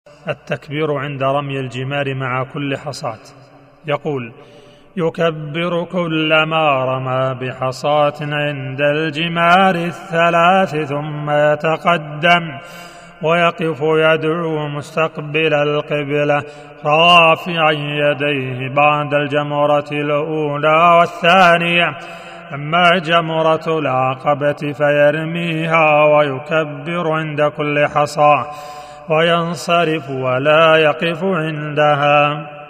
التكبير عند رمي الجمار مع كل حصاة. يقول: يكبر كلما رمى بحصاة عند الجمار الثلاث، ثم يتقدم ويقف يدعو مستقبل القبلة رافعا يديه بعد الجمرة الأولى والثانية. أما جمرة العقبة فيرميها ويكبر عند كل حصاة وينصرف ولا يقف عندها.